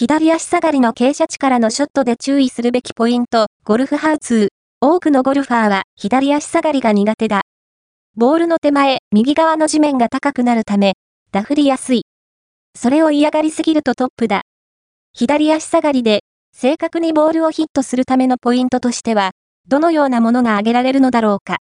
左足下がりの傾斜地からのショットで注意するべきポイント、ゴルフハウツー。多くのゴルファーは左足下がりが苦手だ。ボールの手前、右側の地面が高くなるため、ダフりやすい。それを嫌がりすぎるとトップだ。左足下がりで、正確にボールをヒットするためのポイントとしては、どのようなものが挙げられるのだろうか。